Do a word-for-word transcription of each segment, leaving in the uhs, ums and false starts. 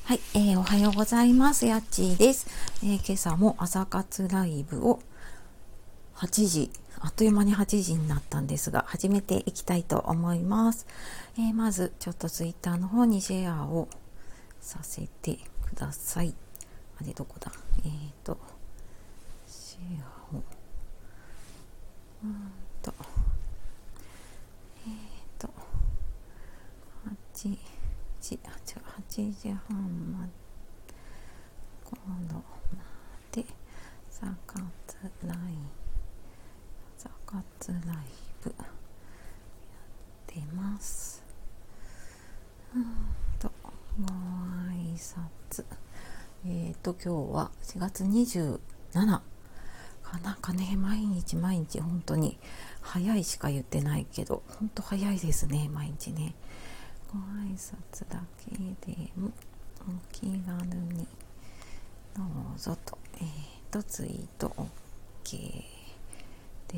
はい、えー、おはようございます。やっちーです、えー。今朝も朝活ライブをはちじ、あっという間にはちじになったんですが、始めていきたいと思います。えー、まず、ちょっとツイッターの方にシェアをさせてください。あれ、どこだえっ、ー、と、シェアを、うーんと、えっ、ー、と、はちじ、はちじはんまで、今度まで、朝活ライブ、朝活ライブやってます。うーんと、ご挨拶。えっ、ー、と、今日はしがつにじゅうしちかなんかね、毎日毎日本当に早いしか言ってないけど、本当早いですね、毎日ね。ご挨拶だけでもお気軽にどうぞと、えーと、ツイート OK です。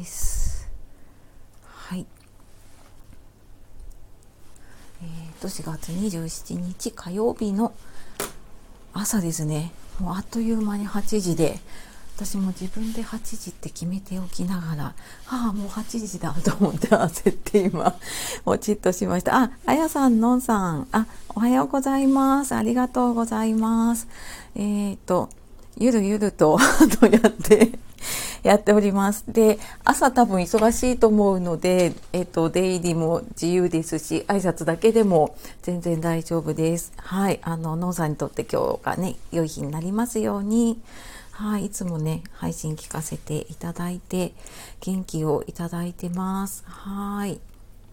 はい。えーと、しがつにじゅうしちにち火曜日の朝ですね。もうあっという間にはちじで、私も自分ではちじって決めておきながら、ああ、もうはちじだと思って焦って今、もちっとしました。あ、あやさん、のんさん、あ、おはようございます。ありがとうございます。えっと、ゆるゆるととやって、やっております。で、朝多分忙しいと思うので、えっと、出入りも自由ですし、挨拶だけでも全然大丈夫です。はい。あの、のんさんにとって今日がね、良い日になりますように。はい。いつもね、配信聞かせていただいて、元気をいただいてます。はい。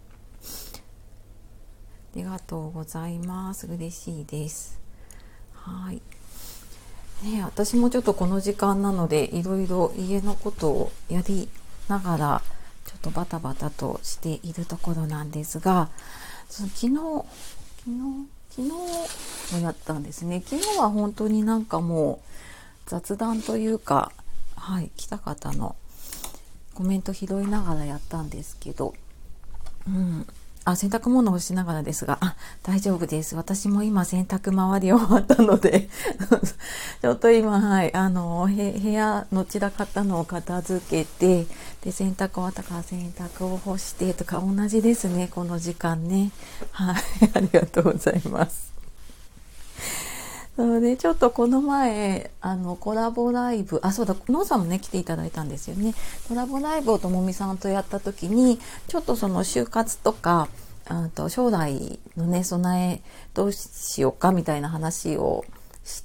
ありがとうございます。嬉しいです。はい。ね、私もちょっとこの時間なのでいろいろ家のことをやりながらちょっとバタバタとしているところなんですが、その昨日昨日昨日もやったんですね。昨日は本当になんかもう雑談というか、はい、来た方のコメント拾いながらやったんですけど、うん、あ、洗濯物をしながらですが、あ、大丈夫です。私も今洗濯回り終わったのでちょっと今、はい、あの、部屋の散らかったのを片付けて、で、洗濯終わったから洗濯を干してとか同じですね、この時間ね。はい、ありがとうございます。なので、ちょっとこの前、あの、コラボライブ、あ、そうだ、のんさんもね、来ていただいたんですよね。コラボライブをともみさんとやった時に、ちょっとその就活とか、あと将来のね、備えどうしようかみたいな話をして、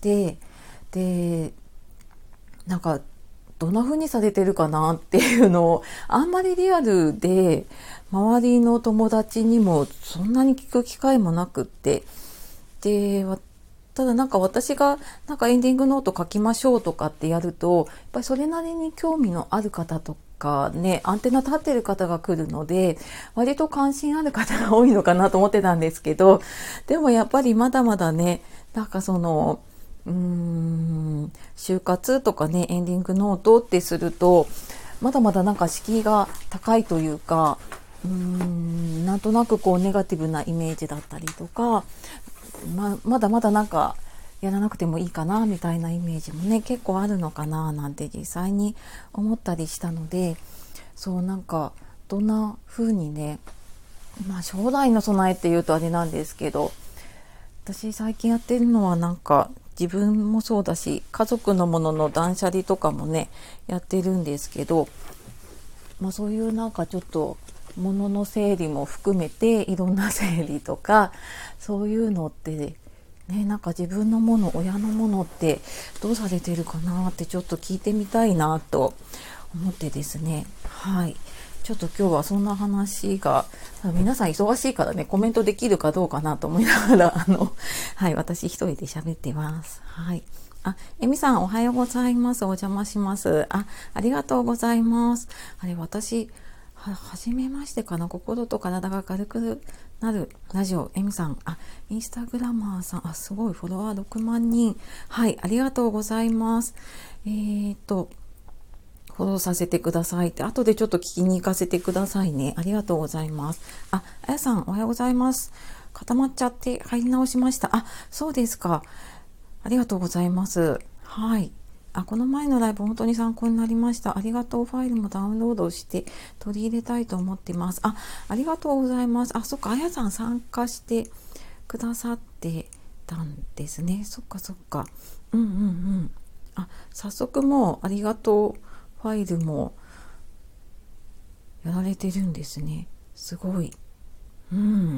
で、なんか、どんな風にされてるかなっていうのを、あんまりリアルで、周りの友達にもそんなに聞く機会もなくって、で、ただなんか私がなんかエンディングノート書きましょうとかってやると、やっぱりそれなりに興味のある方とかね、アンテナ立ってる方が来るので、割と関心ある方が多いのかなと思ってたんですけど、でもやっぱりまだまだね、なんかその、うーん、就活とかね、エンディングノートってすると、まだまだなんか敷居が高いというか、うーん、なんとなくこうネガティブなイメージだったりとか、ま, まだまだなんかやらなくてもいいかなみたいなイメージもね結構あるのかななんて実際に思ったりしたので、そうなんかどんな風にね、まあ将来の備えっていうとあれなんですけど、私最近やってるのはなんか自分もそうだし家族のものの断捨離とかもねやってるんですけど、まあそういうなんかちょっと物の整理も含めていろんな整理とかそういうのってね、なんか自分のもの親のものってどうされてるかなってちょっと聞いてみたいなと思ってですね、はい、ちょっと今日はそんな話が皆さん忙しいからねコメントできるかどうかなと思いながらあの、はい、私一人で喋ってます。はい。あ、えみさんおはようございます。お邪魔します。あ、ありがとうございます。あれ、私は初めましてかな。心と体が軽くなるラジオ。エミさん、あ、インスタグラマーさん、あ、すごいフォロワーろくまんにん。はい、ありがとうございます。えーとフォローさせてくださいって、後でちょっと聞きに行かせてくださいね。ありがとうございます。あ、あやさんおはようございます。固まっちゃって入り直しました。あ、そうですか。 ありがとうございます。はい。あ、この前のライブ本当に参考になりました。ありがとう。ファイルもダウンロードして取り入れたいと思っています。あ、ありがとうございます。あ、そっか、あやさん参加してくださってたんですね。そっかそっか。うんうんうん。あ、早速もうありがとう。ファイルもやられてるんですね。すごい。うん。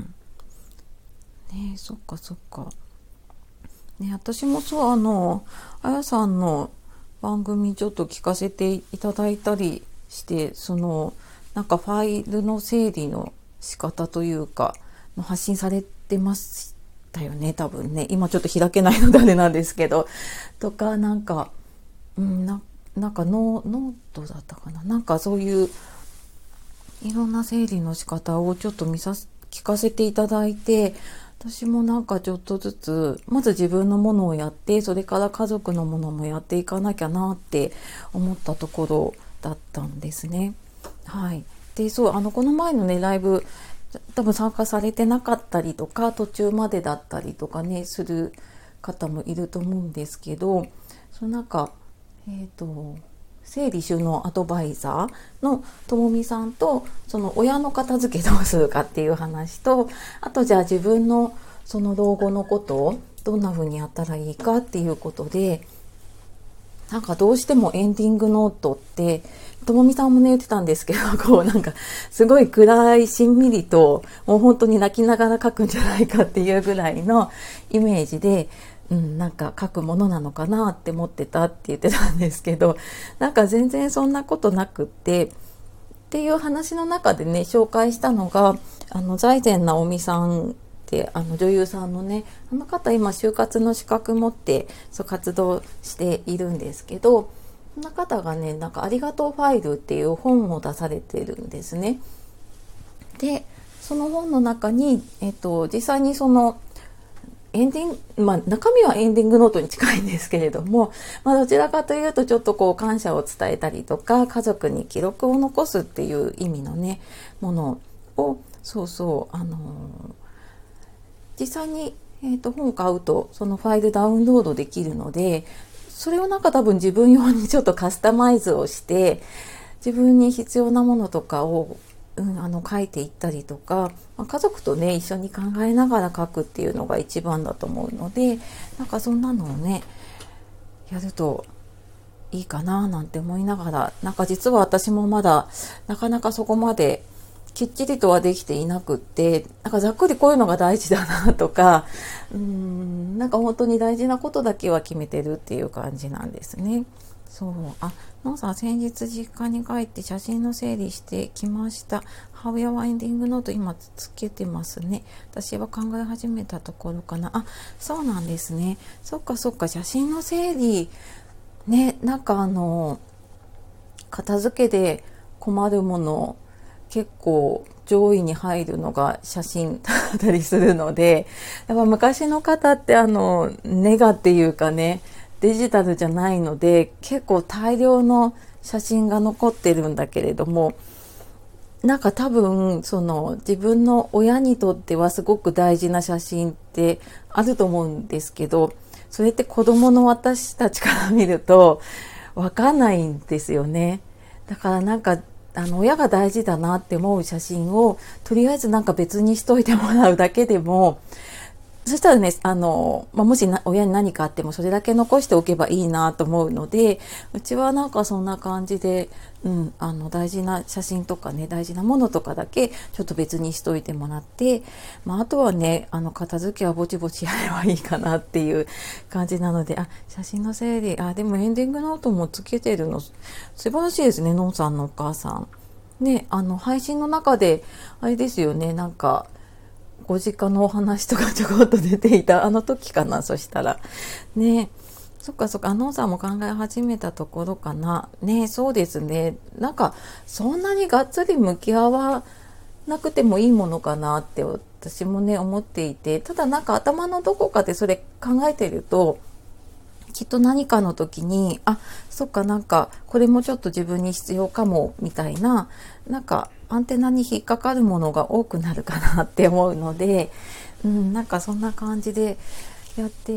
ねえ、そっかそっか。ね、私もそう、あの、あやさんの番組ちょっと聞かせていただいたりして、その、なんかファイルの整理の仕方というか、発信されてましたよね、多分ね。今ちょっと開けないのであれなんですけど。とか、なんか、うん、ななんかノノートだったかな。なんかそういう、いろんな整理の仕方をちょっと見さ聞かせていただいて、私もなんかちょっとずつまず自分のものをやって、それから家族のものもやっていかなきゃなって思ったところだったんですね。はい。で、そう、あのこの前のねライブ多分参加されてなかったりとか、途中までだったりとかねする方もいると思うんですけど、そのなんかえっと整理収納アドバイザーのともみさんと、その親の片付けどうするかっていう話と、あとじゃあ自分のその老後のことをどんな風にやったらいいかっていうことで、なんかどうしてもエンディングノートってともみさんもね言ってたんですけど、こうなんかすごい暗いしんみりと、もう本当に泣きながら書くんじゃないかっていうぐらいのイメージで、うん、なんか書くものなのかなって思ってたって言ってたんですけど、なんか全然そんなことなくってっていう話の中でね紹介したのが、あの財前直美さんってあの女優さんのね、あの方今就活の資格持ってそう活動しているんですけど、その方がねなんかありがとうファイルっていう本を出されてるんですね。でその本の中に、えっと、実際にそのエンディング、まあ中身はエンディングノートに近いんですけれども、まあどちらかというとちょっとこう感謝を伝えたりとか、家族に記録を残すっていう意味のね、ものを、そうそう、あのー、実際に、えっと、本買うとそのファイルダウンロードできるので、それをなんか多分自分用にちょっとカスタマイズをして、自分に必要なものとかをうん、あの書いていったりとか、まあ、家族とね一緒に考えながら書くっていうのが一番だと思うので、なんかそんなのをねやるといいかななんて思いながら、なんか実は私もまだなかなかそこまできっちりとはできていなくって、なんかざっくりこういうのが大事だなとか、うーんなんか本当に大事なことだけは決めてるっていう感じなんですね。そう、あ、のんさん先日実家に帰って写真の整理してきました。母親はエンディングノート今つけてますね。私は考え始めたところかな。あ、そうなんですね。そっかそっか、写真の整理ね、なんかあの片付けで困るもの結構上位に入るのが写真だったりするので、やっぱ昔の方ってあのネガっていうかね、デジタルじゃないので結構大量の写真が残ってるんだけれども、なんか多分その自分の親にとってはすごく大事な写真ってあると思うんですけど、それって子供の私たちから見るとわかんないんですよね。だからなんかあの親が大事だなって思う写真をとりあえずなんか別にしといてもらうだけでも、そしたらね、あの、まあ、もしな親に何かあってもそれだけ残しておけばいいなと思うので、うちはなんかそんな感じで、うん、あの大事な写真とかね、大事なものとかだけちょっと別にしといてもらって、まあ、あとはね、あの片付けはぼちぼちやればいいかなっていう感じなので、あ、写真の整理、あ、でもエンディングノートもつけてるの素晴らしいですね、のんさんのお母さん。ね、あの配信の中であれですよね、なんかご実家のお話とかちょこっと出ていたあの時かな。そしたらね、そっかそっか、あのさんも考え始めたところかな。ね、そうですね。なんかそんなにがっつり向き合わなくてもいいものかなって私もね思っていて、ただなんか頭のどこかでそれ考えてると、きっと何かの時に、あ、そっか、なんかこれもちょっと自分に必要かもみたいな、なんかアンテナに引っかかるものが多くなるかなって思うので、うん、なんかそんな感じでやって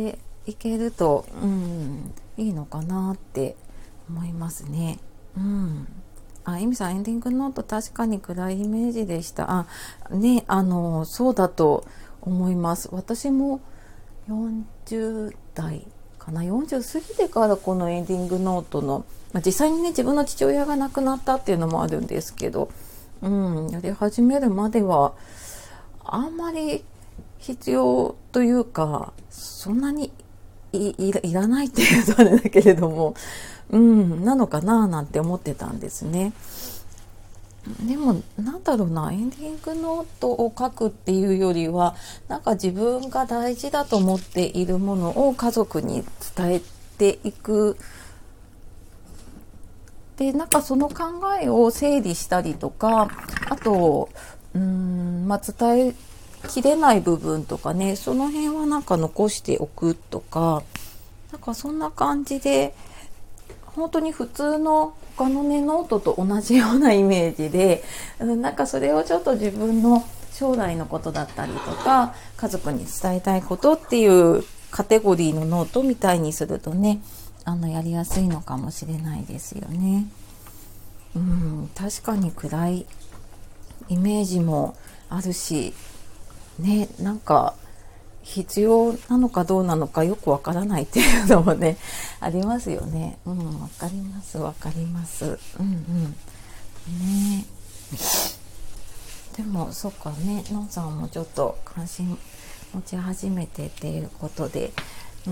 いけると、うん、いいのかなって思いますね。うん。あ、エミさん、エンディングノート確かに暗いイメージでした。あ、ね、あの、そうだと思います。私もよんじゅう代かな、よんじゅう過ぎてからこのエンディングノートの、まあ、実際にね、自分の父親が亡くなったっていうのもあるんですけど、うん、やり始めるまでは、あんまり必要というか、そんなにい, い, いらないっていうとあれだけれども、うん、なのかななんて思ってたんですね。でもなんだろうな、エンディングノートを書くっていうよりは、なんか自分が大事だと思っているものを家族に伝えていく。で、なんかその考えを整理したりとか、あと、うーん、まあ、伝えきれない部分とかね、その辺はなんか残しておくとか、なんかそんな感じで、本当に普通の他のね、ノートと同じようなイメージで、なんかそれをちょっと自分の将来のことだったりとか、家族に伝えたいことっていうカテゴリーのノートみたいにするとね、あのやりやすいのかもしれないですよね。うん、確かに暗いイメージもあるし、ね、なんか必要なのかどうなのかよくわからないっていうのもねありますよね。うん、わかりますわかります。うんうんね。でもそっかね、のんさんもちょっと関心持ち始めてっていうことで、うん、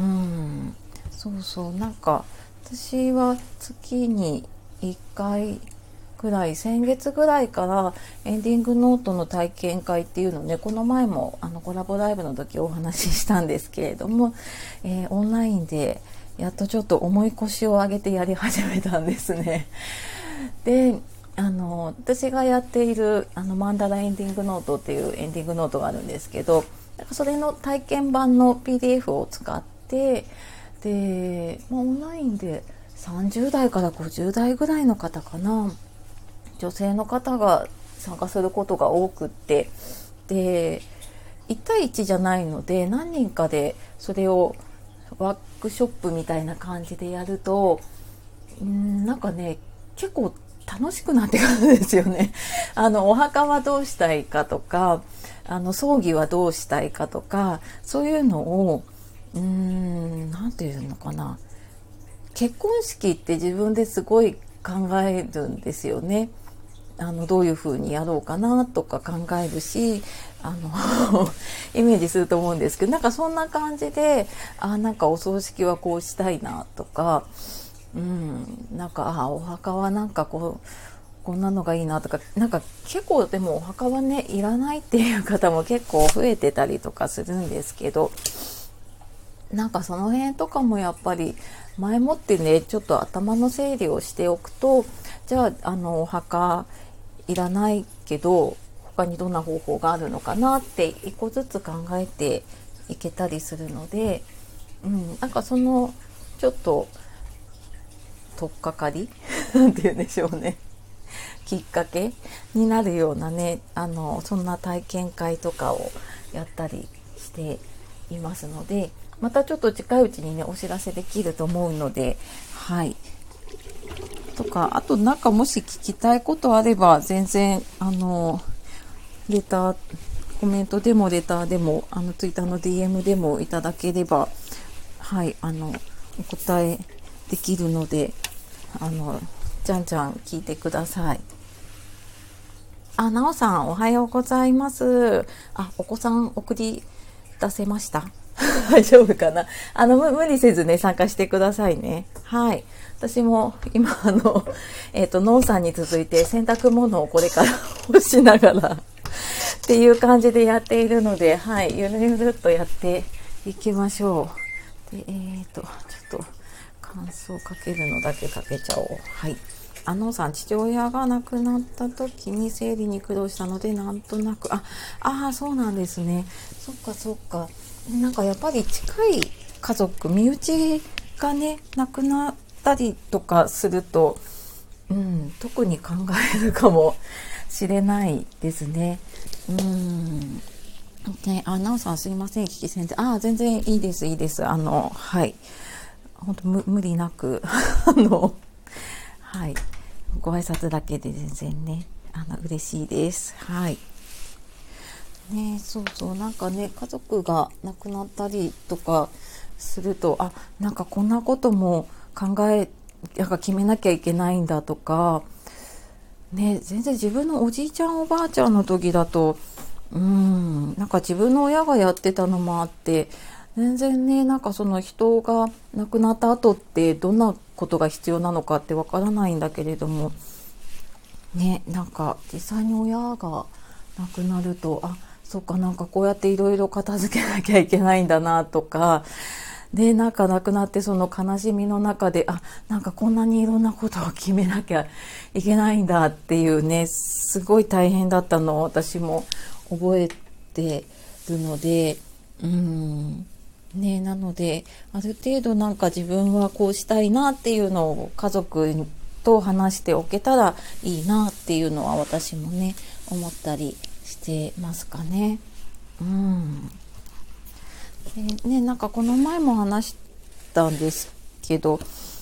そうそう、なんか私は月にいっかいくらい、先月ぐらいからエンディングノートの体験会っていうのね、この前もあのコラボライブの時お話ししたんですけれども、えー、オンラインでやっとちょっと重い腰を上げてやり始めたんですね。で、あの私がやっているあのマンダラエンディングノートっていうエンディングノートがあるんですけど、それの体験版の ピーディーエフ を使って、で、まあ、オンラインでさんじゅう代からごじゅう代ぐらいの方かな、女性の方が参加することが多くって、でいち対いちじゃないので何人かでそれをワークショップみたいな感じでやると、んなんかね、結構楽しくなってくるんですよね。あのお墓はどうしたいかとか、あの葬儀はどうしたいかとか、そういうのをうーんなんていうのかな、結婚式って自分ですごい考えるんですよね。あのどういう風にやろうかなとか考えるし、あのイメージすると思うんですけど、なんかそんな感じで、あ、なんかお葬式はこうしたいなとか、うん、なんかあお墓はなんかこうこんなのがいいなとか、なんか結構でもお墓はねいらないっていう方も結構増えてたりとかするんですけど、なんかその辺とかもやっぱり前もってねちょっと頭の整理をしておくと、じゃああのお墓いらないけど他にどんな方法があるのかなって一個ずつ考えていけたりするので、うん、なんかそのちょっと取っかかりなんて言うんでしょうね、きっかけになるようなね、あのそんな体験会とかをやったりしていますので、またちょっと近いうちにねお知らせできると思うので、はいとか、あとなんかもし聞きたいことあれば全然あのレターコメントでもレターでもあのツイッターの ディーエム でもいただければ、はいあのお答えできるので、あのじゃんじゃん聞いてください。あ、なおさんおはようございます。あ、お子さん送り出せました大丈夫かな、あの無理せずね参加してくださいね。はい、私も今あのえっとのんさんに続いて洗濯物をこれから干しながらっていう感じでやっているので、はい、ゆるゆるっとやっていきましょう。で、えっとちょっと乾燥かけるのだけかけちゃおう。はい。あのさん、父親が亡くなった時に生理に苦労したので、なんとなく、あ、ああ、そうなんですね。そっかそっか。なんかやっぱり近い家族、身内がね、亡くなったりとかすると、うん、特に考えるかもしれないですね。うん。 ね、あ、なおさんすいません、聞き先生。あ、全然いいです、いいです。あの、はい。本当無無理なく、あの、はい。ご挨拶だけで全然ね、あの、嬉しいです。はい。ね、そうそう、なんかね、家族が亡くなったりとかすると、あ、なんかこんなことも考え、なんか決めなきゃいけないんだとか、ね、全然自分のおじいちゃんおばあちゃんの時だと、うーん、なんか自分の親がやってたのもあって、全然ね、なんかその人が亡くなった後ってどんなことが必要なのかってわからないんだけれども、ね、なんか実際に親が亡くなると、あ、そっか、なんかこうやっていろいろ片付けなきゃいけないんだなとか、で、なんか亡くなってその悲しみの中で、あ、なんかこんなにいろんなことを決めなきゃいけないんだっていうね、すごい大変だったのを私も覚えてるので、うん、ね、なので、ある程度なんか自分はこうしたいなっていうのを家族と話しておけたらいいなっていうのは私もね、思ったりしてますかね。うん。でね、なんかこの前も話したんですけど、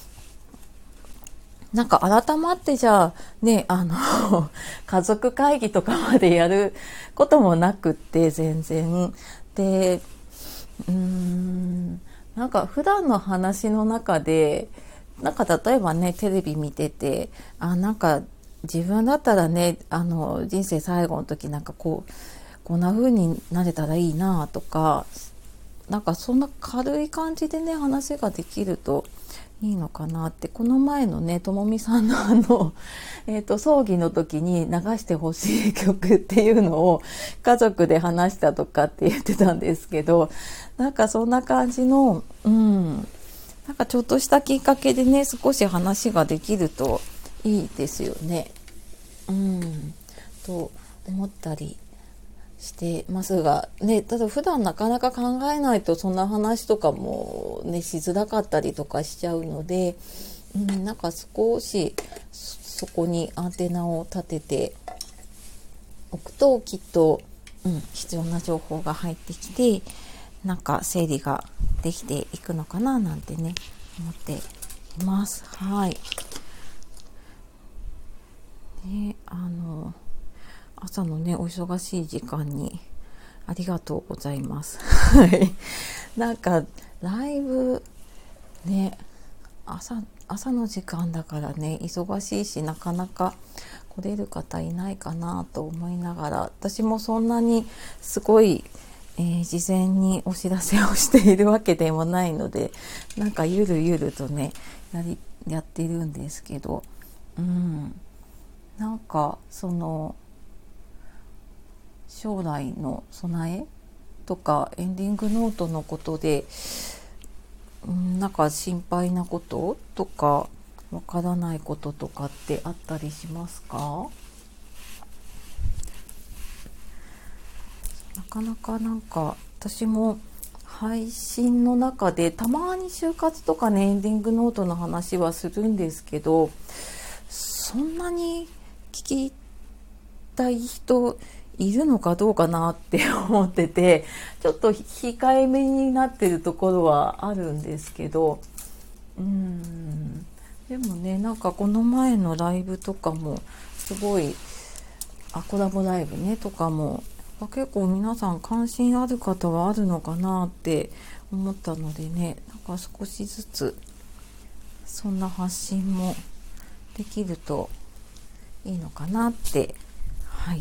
なんか改まってじゃあね、あの家族会議とかまでやることもなくって全然で、うーん、なんか普段の話の中で、なんか例えばねテレビ見てて、あ、なんか自分だったらね、あの人生最後の時なんかこうこんな風になれたらいいなとか、なんかそんな軽い感じでね話ができるといいのかなって、この前のねともみさんのあの、えーと葬儀の時に流してほしい曲っていうのを家族で話したとかって言ってたんですけど、なんかそんな感じの、うん、なんかちょっとしたきっかけでね少し話ができるといいですよね。うん、と思ったりしてますがね、ただ普段なかなか考えないとそんな話とかもねしづらかったりとかしちゃうので、うん、なんか少しそこにアンテナを立てておくときっと、うん、必要な情報が入ってきて、なんか整理ができていくのかななんてね思っています。はい。ね、あの朝のねお忙しい時間にありがとうございます。はい。なんかライブね、朝朝の時間だからね忙しいし、なかなか来れる方いないかなと思いながら、私もそんなにすごい、えー、事前にお知らせをしているわけでもないので、なんかゆるゆるとねやりやってるんですけど、うん、なんかその将来の備えとかエンディングノートのことで、うん、なんか心配なこととかわからないこととかってあったりしますか？なかなかなんか私も配信の中でたまに就活とかねエンディングノートの話はするんですけど、そんなに聞きたい人いるのかどうかなって思ってて、ちょっと控えめになってるところはあるんですけど、うーん、でもね、なんかこの前のライブとかもすごい、あ、コラボライブねとかも結構皆さん関心ある方はあるのかなって思ったのでね、なんか少しずつそんな発信もできるといいのかなって、はい、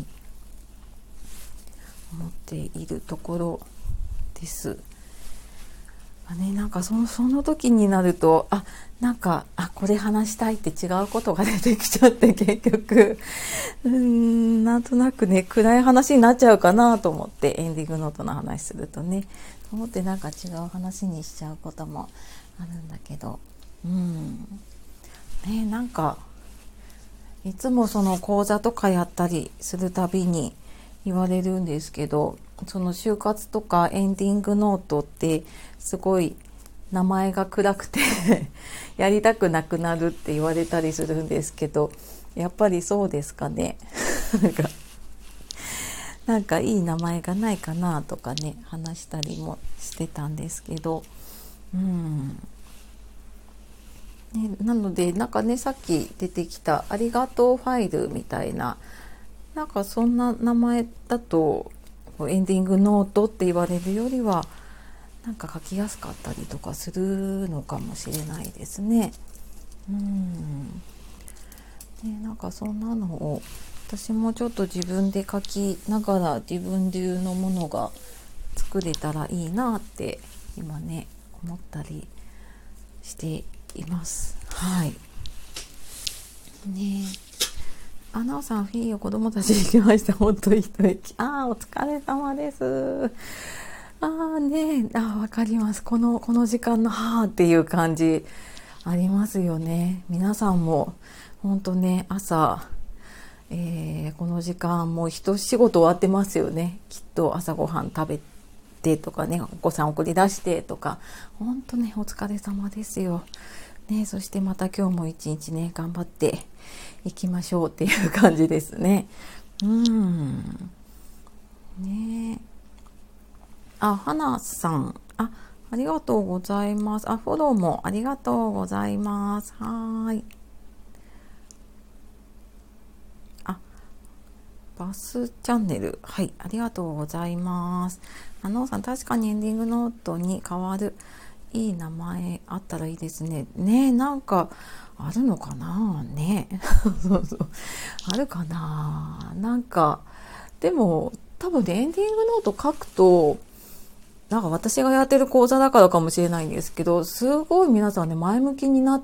思っているところです。あね、なんかその、その時になると、あ、なんか、あ、これ話したいって違うことが出てきちゃって、結局、うーん、なんとなくね、暗い話になっちゃうかなと思って、エンディングノートの話するとね、と思ってなんか違う話にしちゃうこともあるんだけど、うん、ね、なんか、いつもその講座とかやったりするたびに言われるんですけど、その就活とかエンディングノートってすごい名前が暗くてやりたくなくなるって言われたりするんですけど、やっぱりそうですかね。なんかなんかいい名前がないかなとかね話したりもしてたんですけど、うんね、なのでなんかねさっき出てきたありがとうファイルみたいな、なんかそんな名前だとエンディングノートって言われるよりはなんか書きやすかったりとかするのかもしれないですね。うんね、なんかそんなのを私もちょっと自分で書きながら自分流のものが作れたらいいなって今ね思ったりしています。はいね。あなおさん、フィーよ子供たち行きました。本当に一息。ああ、お疲れ様です。ああね、ああ、わかります。このこの時間のはあっていう感じありますよね。皆さんも本当ね、朝、えー、この時間もう一仕事終わってますよね。きっと朝ごはん食べてとかね、お子さん送り出してとか、本当ね、お疲れ様ですよ。ね、そしてまた今日も一日ね頑張っていきましょうっていう感じですね。うんね。あ、花さん、あ、ありがとうございます。あ、フォローもありがとうございます。はい。あ、バスチャンネル、はい、ありがとうございます。あのさん、確かにエンディングノートに変わるいい名前あったらいいですね。ね、なんかあるのかなね。そうそう、あるかな。なんかでも多分ね、エンディングノート書くと、なんか私がやってる講座だからかもしれないんですけど、すごい皆さんね前向きになって、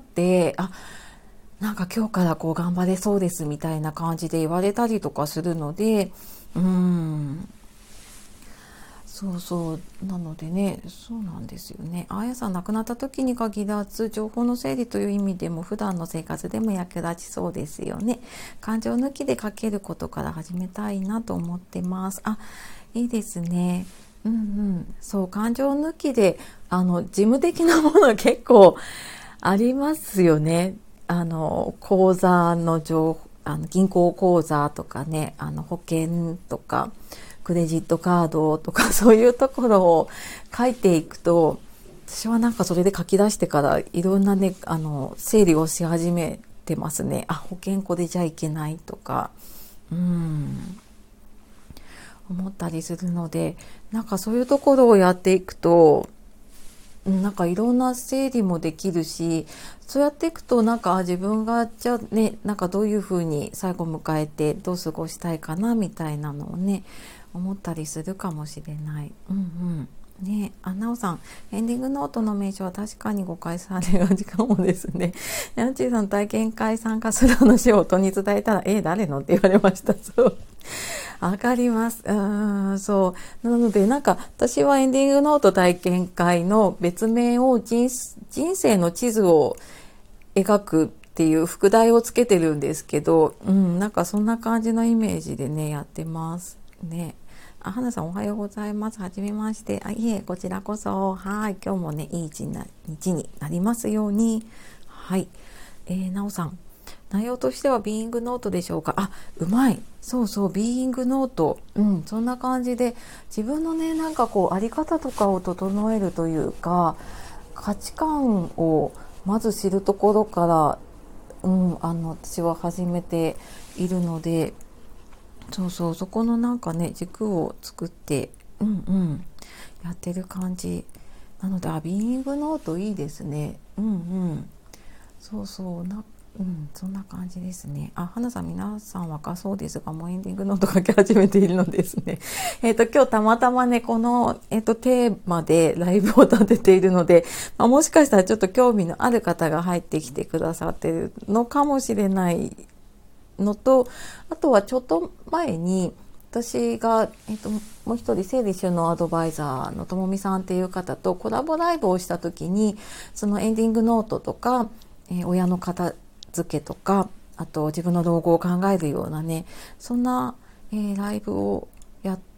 あ、なんか今日からこう頑張れそうですみたいな感じで言われたりとかするので、うーんそうそうなのでね、そうなんですよね。あやさん、亡くなった時に限らず情報の整理という意味でも普段の生活でも役立ちそうですよね。感情抜きで書けることから始めたいなと思ってます。あ、いいですね。うんうん、そう感情抜きであの事務的なもの結構ありますよね。あの口座の情報、あの銀行口座とかね、あの保険とかクレジットカードとかそういうところを書いていくと、私はなんかそれで書き出してからいろんなねあの整理をし始めてますね。あ、保険これじゃいけないとか、うん思ったりするので、なんかそういうところをやっていくとなんかいろんな整理もできるし、そうやっていくとなんか自分がじゃあね、なんかどういうふうに最後迎えてどう過ごしたいかなみたいなのをね思ったりするかもしれない。うんうんね。あ、なおさん、エンディングノートの名称は確かに誤解されがちかもですね。ヤンチーさん、体験会参加する話を夫に伝えたら、え、誰のって言われました。そうわかります。うーん、そう。なので、なんか、私はエンディングノート体験会の別名を人、人生の地図を描くっていう副題をつけてるんですけど、うん、なんかそんな感じのイメージでね、やってますね。あ、花さんおはようございます。はじめまして。あ、いえ、こちらこそ。はい。今日もね、いい一日になりますように。はい。えー、なおさん。内容としてはビーイングノートでしょうか。あ、うまい。そうそう、ビーイングノート。うん、そんな感じで、自分のね、なんかこう、あり方とかを整えるというか、価値観をまず知るところから、うん、あの、私は始めているので、そうそう、そこのなんかね軸を作ってうんうんやってる感じなので、あ、ビーイングノートいいですね。うんうんそうそうな、うん、そんな感じですね。あ、花さん、皆さん若そうですが、もうエンディングノート書き始めているのですね。えっと、今日たまたまね、この、えっと、テーマでライブを立てているので、まあ、もしかしたらちょっと興味のある方が入ってきてくださってるのかもしれないのと、あとはちょっと前に私が、えっと、もう一人整理収納アドバイザーのともみさんっていう方とコラボライブをした時に、そのエンディングノートとか、えー、親の片付けとか、あと自分の老後を考えるようなね、そんな、えー、ライブをやって、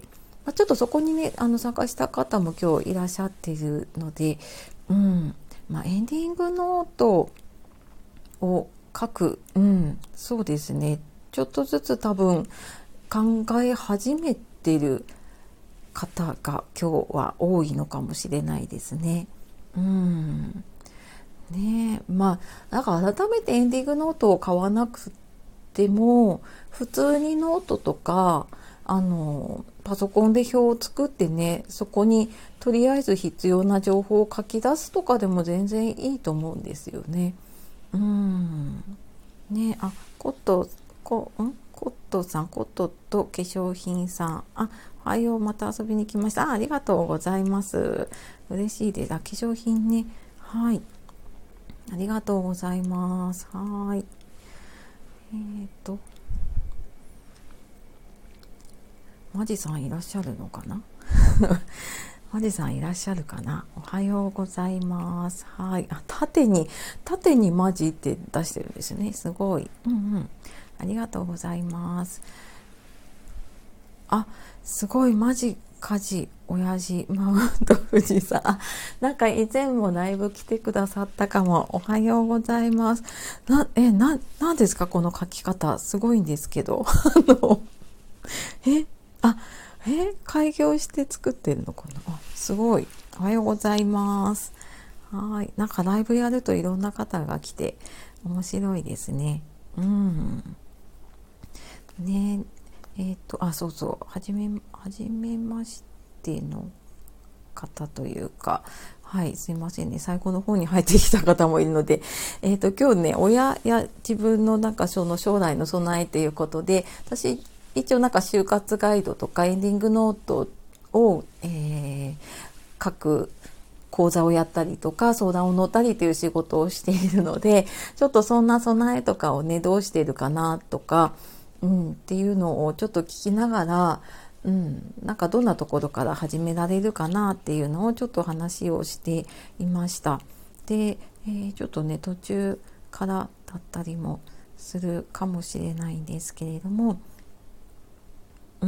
まあ、ちょっとそこにねあの参加した方も今日いらっしゃっているので、うんまあ、エンディングノートを書く、うん、そうですね。ちょっとずつ多分考え始めてる方が今日は多いのかもしれないですね。うんねえ、まあなんか改めてエンディングノートを買わなくても普通にノートとかあのパソコンで表を作ってね、そこにとりあえず必要な情報を書き出すとかでも全然いいと思うんですよね。うんね、あ、コットこんコットさん、コットと化粧品さん、あ、おはよう、また遊びに来ました。あ、ありがとうございます。嬉しいです。あ、化粧品ね、はい、ありがとうございます。はい、えーとマジさんいらっしゃるのかなマジさんいらっしゃるかな。おはようございます。はい、あ、縦に縦にマジって出してるんですね。すごい。うんうん。ありがとうございます。あ、すごい、マジ家事親父マウント富士さん、あ、なんか以前もライブ来てくださったかも。おはようございます。なえななんですかこの書き方、すごいんですけどあのえあえ開業して作ってるのかな。あ、すごい。おはようございます。はい、なんかライブやるといろんな方が来て面白いですね。うんねえっ、とあそうそうはじめはじめましての方というか、はい、すいませんね、最後の方に入ってきた方もいるので、えっ、と今日ね、親や自分のなんかその将来の備えということで、私一応なんか就活ガイドとかエンディングノートを、えー、書く講座をやったりとか相談を乗ったりという仕事をしているので、ちょっとそんな備えとかをね、どうしているかなとか、うん、っていうのをちょっと聞きながら、うん、なんかどんなところから始められるかなっていうのをちょっと話をしていました。で、えー、ちょっとね途中からだったりもするかもしれないんですけれども、うん、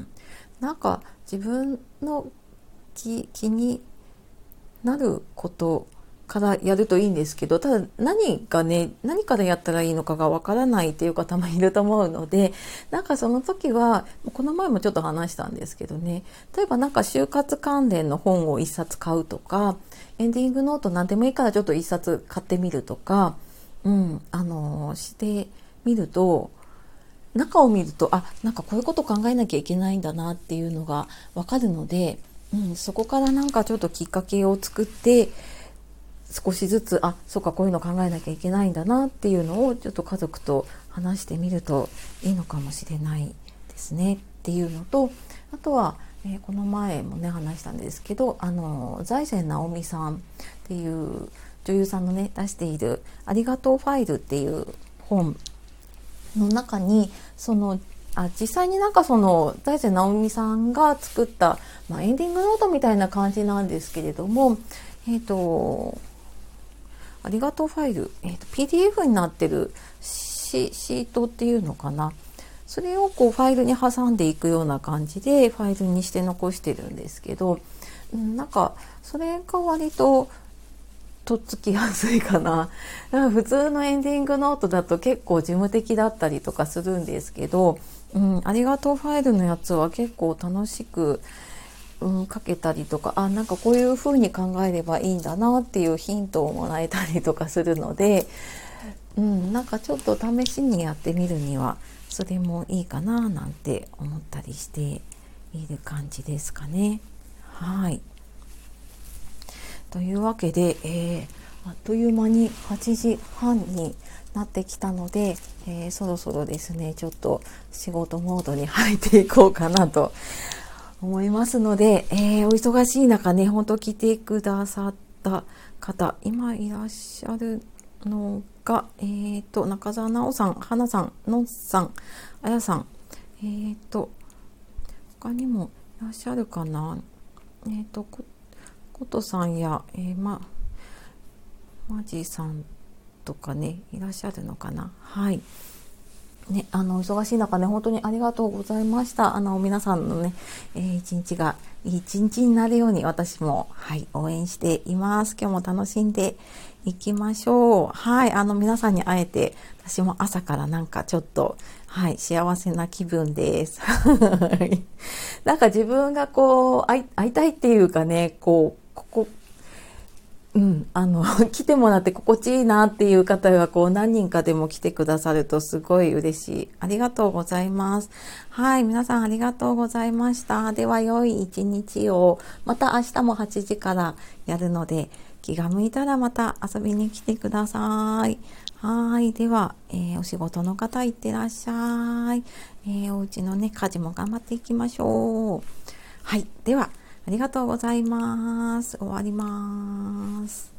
なんか自分の気、気になることからやるといいんですけど、ただ何がね、何からやったらいいのかがわからないっていう方もいると思うので、なんかその時は、この前もちょっと話したんですけどね、例えばなんか就活関連の本を一冊買うとか、エンディングノート何でもいいからちょっと一冊買ってみるとか、うん、あのー、してみると、中を見ると、あ、なんかこういうこと考えなきゃいけないんだなっていうのがわかるので、うん、そこからなんかちょっときっかけを作って少しずつ、あ、そうか、こういうの考えなきゃいけないんだなっていうのをちょっと家族と話してみるといいのかもしれないですねっていうのと、あとは、えー、この前もね話したんですけど、あの財前直美さんっていう女優さんのね出しているありがとうファイルっていう本の中に、そのあ実際になんかその財前直美さんが作った、まあ、エンディングノートみたいな感じなんですけれども、えっとありがとうファイル、えーと、ピーディーエフ になってる シ, シートっていうのかな、それをこうファイルに挟んでいくような感じでファイルにして残してるんですけど、うん、なんかそれが割ととっつきやすいかな。普通のエンディングノートだと結構事務的だったりとかするんですけど、うん、ありがとうファイルのやつは結構楽しく、うん、書けたりとか、あ、なんかこういう風に考えればいいんだなっていうヒントをもらえたりとかするので、うん、なんかちょっと試しにやってみるにはそれもいいかななんて思ったりしている感じですかね。はい。というわけで、えー、あっという間にはちじはんになってきたので、えー、そろそろですね、ちょっと仕事モードに入っていこうかなと思いますので、えー、お忙しい中ね、本当来てくださった方、今いらっしゃるのが、えーと、中澤直さん、花さん、のんさん、あやさん、えーと、他にもいらっしゃるかな、えーと、こ、ことさんや、えー、ま、マジさんとかね、いらっしゃるのかな。はい。 ね、あの忙しい中ね、本当にありがとうございました。あの皆さんのね、えー、一日がいい一日になるように私も、はい、応援しています。今日も楽しんでいきましょう。はい、あの皆さんに会えて、私も朝からなんかちょっと、はい、幸せな気分です。なんか自分がこう会い、会いたいっていうかね、こう、ここ、うん、あの来てもらって心地いいなっていう方がこう何人かでも来てくださるとすごい嬉しい。ありがとうございます。はい、皆さんありがとうございました。では良い一日を。また明日もはちじからやるので、気が向いたらまた遊びに来てください。はい、では、えー、お仕事の方いってらっしゃい。えー、お家のね家事も頑張っていきましょう。はい、ではありがとうございます。終わります。